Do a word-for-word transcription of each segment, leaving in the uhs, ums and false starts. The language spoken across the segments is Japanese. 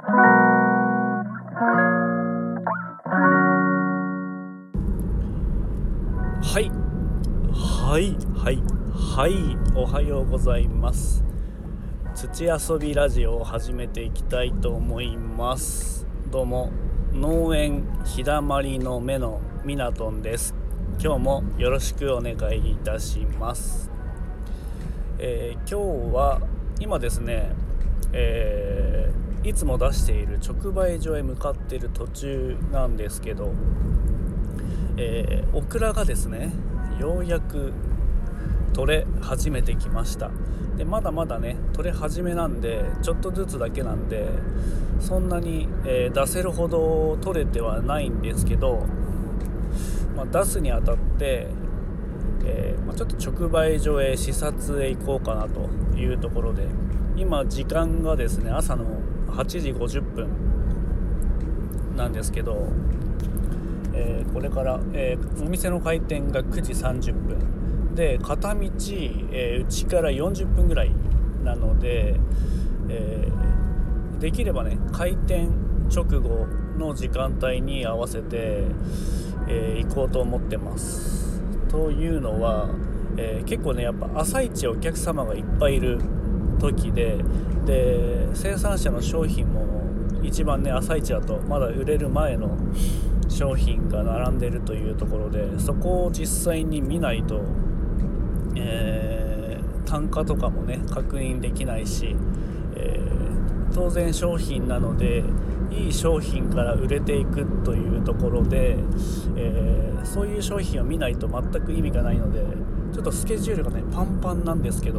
はいはいはいはいおはようございます。土遊びラジオを始めていきたいと思います。どうも、農園ひだまりの目のミナトンです。今日もよろしくお願いいたします。えー、今日は今ですね、えー、いつも出している直売所へ向かっている途中なんですけど、えー、オクラがですねようやく取れ始めてきました。でまだまだね取れ始めなんで、ちょっとずつだけなんでそんなに、えー、出せるほど取れてはないんですけど、まあ、出すにあたって、えーまあ、ちょっと直売所へ視察へ行こうかなというところで、今時間がですね朝のはちじごじゅっぷんなんですけど、えー、これから、えー、お店の開店がくじさんじゅっぷんで、片道、えー、うちからよんじゅっぷんぐらいなので、えー、できればね開店直後の時間帯に合わせて、えー、行こうと思ってます。というのは、えー、結構ねやっぱ朝一お客様がいっぱいいる時で、で生産者の商品も一番ね朝一だとまだ売れる前の商品が並んでるというところで、そこを実際に見ないと、えー、単価とかもね確認できないし、えー、当然商品なのでいい商品から売れていくというところで、えー、そういう商品を見ないと全く意味がないので、ちょっとスケジュールがねパンパンなんですけど、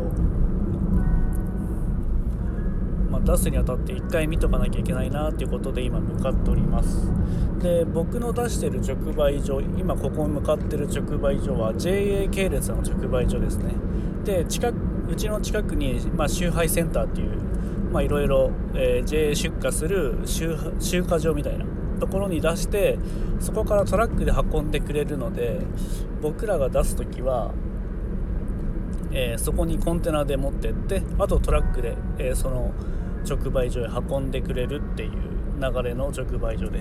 まあ、出すにあたっていっかい見とかなきゃいけないなということで今向かっております。で僕の出してる直売所、今ここ向かってる直売所は ジェーエー 系列の直売所ですね。で近くうちの近くに、まあ、集配センターっていうまあいろいろ ジェーエー 出荷する 集, 集荷場みたいなところに出して、そこからトラックで運んでくれるので、僕らが出すときは、えー、そこにコンテナで持ってって、あとトラックで、えー、その直売所へ運んでくれるっていう流れの直売所です。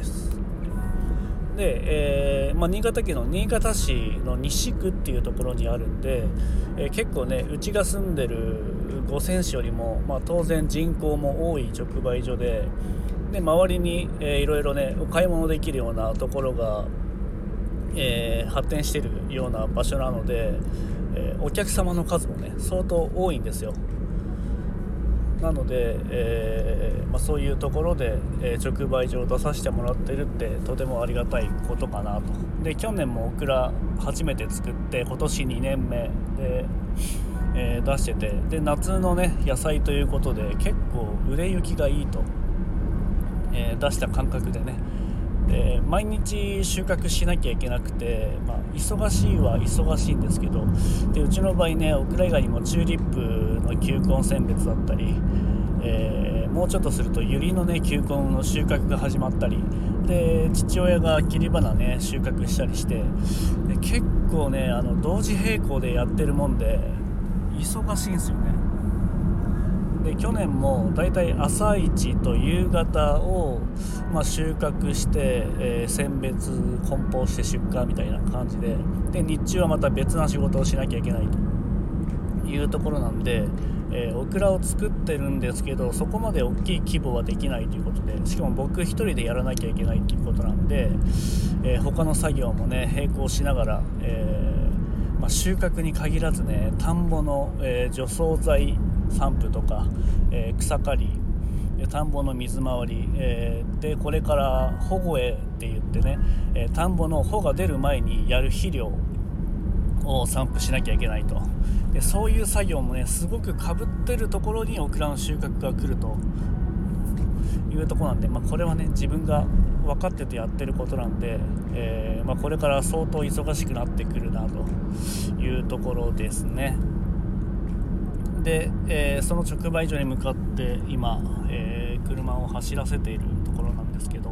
で、えーまあ、新潟県の新潟市の西区っていうところにあるんで、えー、結構ねうちが住んでる五泉市よりも、まあ、当然人口も多い直売所で、で周りに、えー、いろいろねお買い物できるようなところが、えー、発展しているような場所なので、えー、お客様の数もね相当多いんですよ。なので、えーまあ、そういうところで、えー、直売所を出させてもらってるってとてもありがたいことかなと。で去年もオクラ初めて作って今年にねんめで、えー、出してて、で夏のね野菜ということで結構売れ行きがいいと、えー、出した感覚でね、で毎日収穫しなきゃいけなくて、まあ、忙しいは忙しいんですけど、でうちの場合ねオクラ以外にもチューリップの球根選別だったり、えー、もうちょっとするとユリのね球根の収穫が始まったりで、父親が切り花ね収穫したりして、で結構ねあの同時並行でやってるもんで忙しいんですよね。で去年もだいたい朝一と夕方を、まあ、収穫して、えー、選別梱包して出荷みたいな感じで、で日中はまた別な仕事をしなきゃいけないというところなんで、えー、オクラを作ってるんですけど、そこまで大きい規模はできないということで、しかも僕一人でやらなきゃいけないということなんで、えー、他の作業もね並行しながら、えーまあ、収穫に限らずね田んぼの、えー、除草剤散布とか、えー、草刈り、田んぼの水回り、えー、でこれから保護へって言ってね、えー、田んぼの穂が出る前にやる肥料を散布しなきゃいけないと。でそういう作業もねすごくかぶってるところにオクラの収穫が来るというところなんで、まあ、これはね自分が分かっててやってることなんで、えーまあ、これから相当忙しくなってくるなというところですね。で、えー、その直売所に向かって今、えー、車を走らせているところなんですけど、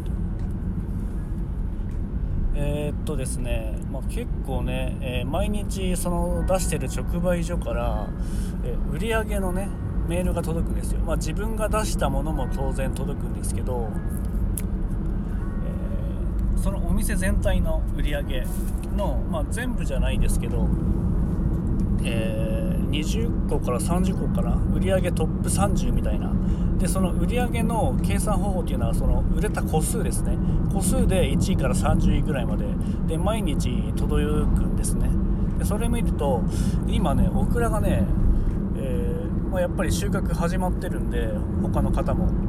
えー、っとですね、まあ、結構ね、えー、毎日その出してる直売所から、えー、売り上げのねメールが届くんですよ。まあ、自分が出したものも当然届くんですけど、えー、そのお店全体の売り上げの、まあ、全部じゃないですけど、えー、にじゅっこからさんじゅっこかな、売り上げトップさんじゅうみたいな。でその売り上げの計算方法っていうのは、その売れた個数ですね。個数でいちいからさんじゅういぐらいまでで毎日届くんですね。でそれ見ると今ね、オクラがね、えーまあ、やっぱり収穫始まってるんで、他の方も、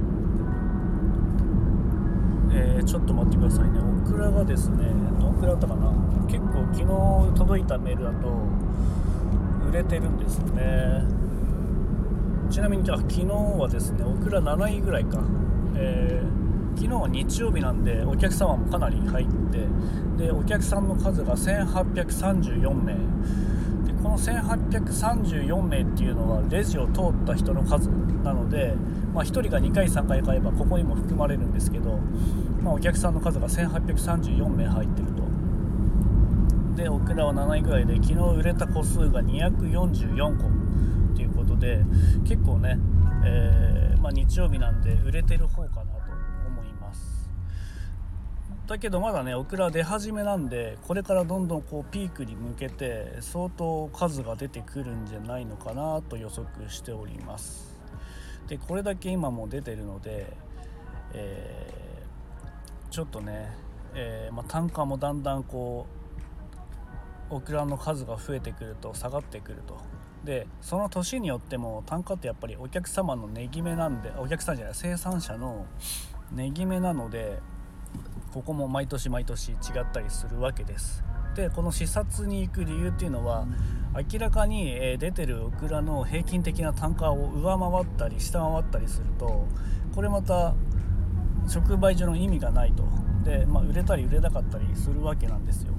えー、ちょっと待ってくださいね。オクラがですね、どんくらいだったかな。結構昨日届いたメールだと売れてるんですよね。ちなみにあ昨日はですね、オクラなないぐらいか、えー、昨日は日曜日なんでお客様もかなり入って、でお客さんの数がせんはっぴゃくさんじゅうよんめいで、このせんはっぴゃくさんじゅうよんめいっていうのはレジを通った人の数なので、まあ、ひとりがにかいさんかい買えばここにも含まれるんですけど、まあ、お客さんの数がせんはっぴゃくさんじゅうよんめい入ってると。でオクラはなないぐらいで、昨日売れた個数がにひゃくよんじゅうよんこということで、結構ね、えーまあ、日曜日なんで売れてる方かなと思います。だけどまだね、オクラ出始めなんで、これからどんどんこうピークに向けて相当数が出てくるんじゃないのかなと予測しております。でこれだけ今も出てるので、えー、ちょっとね、えーまあ、単価もだんだんこうオクラの数が増えてくると下がってくると。でその年によっても単価ってやっぱりお客様の値決めなんで、お客さんじゃない、生産者の値決めなので、ここも毎年毎年違ったりするわけです。でこの視察に行く理由っていうのは、明らかに出てるオクラの平均的な単価を上回ったり下回ったりすると、これまた直売所の意味がないと。で、まあ、売れたり売れなかったりするわけなんですよ。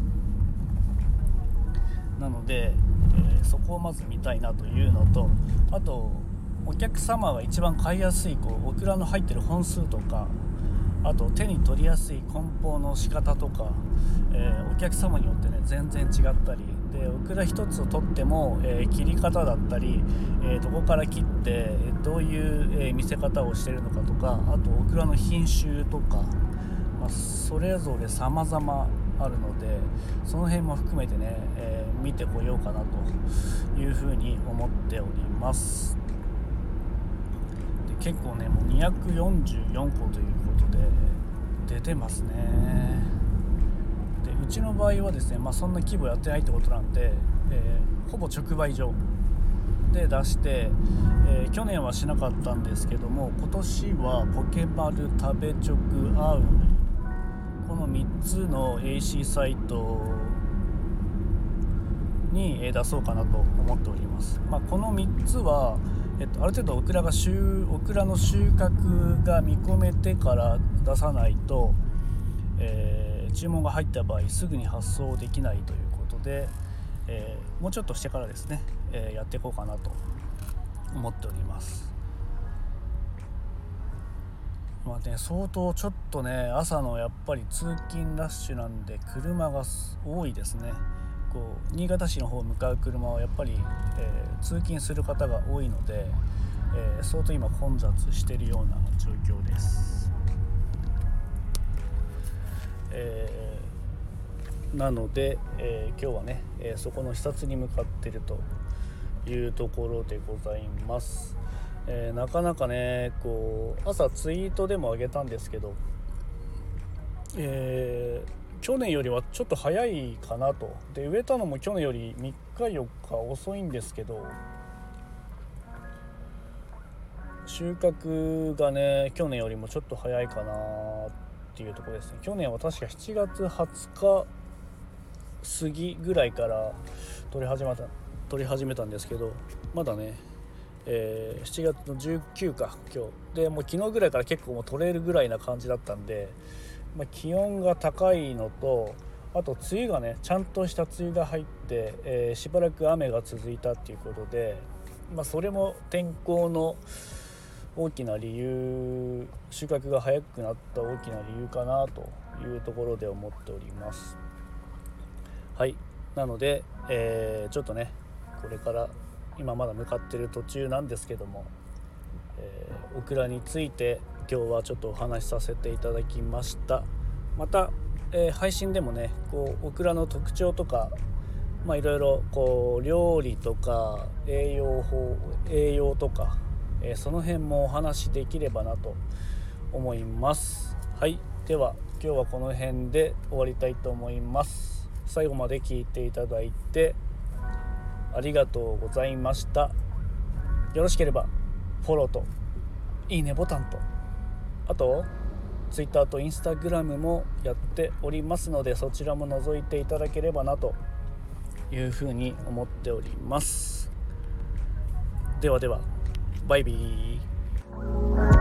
なので、えー、そこをまず見たいなというのと、あとお客様が一番買いやすいこうオクラの入ってる本数とか、あと手に取りやすい梱包の仕方とか、えー、お客様によってね全然違ったりで、オクラ一つを取っても、えー、切り方だったり、えー、どこから切ってどういう、えー、見せ方をしているのかとか、あとオクラの品種とか、まあ、それぞれ様々あるので、その辺も含めてね、えー、見てこようかなというふうに思っております。で結構ね、もうにひゃくよんじゅうよんこということで出てますね。でうちの場合はですね、まあ、そんな規模やってないってことなんで、えー、ほぼ直売所で出して、えー、去年はしなかったんですけども、今年はポケマル、食べ直、アウニ、このみっつの エーシー サイトに出そうかなと思っております。まあ、このみっつは、えっと、ある程度オクラが収オクラの収穫が見込めてから出さないと、えー、注文が入った場合すぐに発送できないということで、えー、もうちょっとしてからですね、えー、やっていこうかなと思っております。まあね、相当ちょっとね、朝のやっぱり通勤ラッシュなんで車が多いですね。こう新潟市の方向かう車はやっぱり、えー、通勤する方が多いので、えー、相当今混雑しているような状況です。えー、なので、えー、今日はね、えー、そこの視察に向かっているというところでございます。えー、なかなかね、こう朝ツイートでも上げたんですけど、えー、去年よりはちょっと早いかなと。で植えたのも去年よりみっかよっか遅いんですけど、収穫がね去年よりもちょっと早いかなっていうところですね。去年は確かしちがつはつか過ぎぐらいから取り始めた取り始めたんですけど、まだね、えー、しちがつのじゅうくにちか今日で、もう昨日ぐらいから結構もう取れるぐらいな感じだったんで、まあ、気温が高いのと、あと梅雨がねちゃんとした梅雨が入って、えー、しばらく雨が続いたっていうことで、まあ、それも天候の大きな理由、収穫が早くなった大きな理由かなというところで思っております。はい、なので、えー、ちょっとねこれから今まだ向かっている途中なんですけども、 えー、オクラについて今日はちょっとお話しさせていただきました。また、えー、配信でもねこうオクラの特徴とかまあいろいろこう料理とか栄養法栄養とか、えー、その辺もお話しできればなと思います。はい、では今日はこの辺で終わりたいと思います。最後まで聞いていただいてありがとうございました。よろしければフォローといいねボタンと、あと Twitter と Instagram もやっておりますので、そちらも覗いていただければなというふうに思っております。ではではバイビー。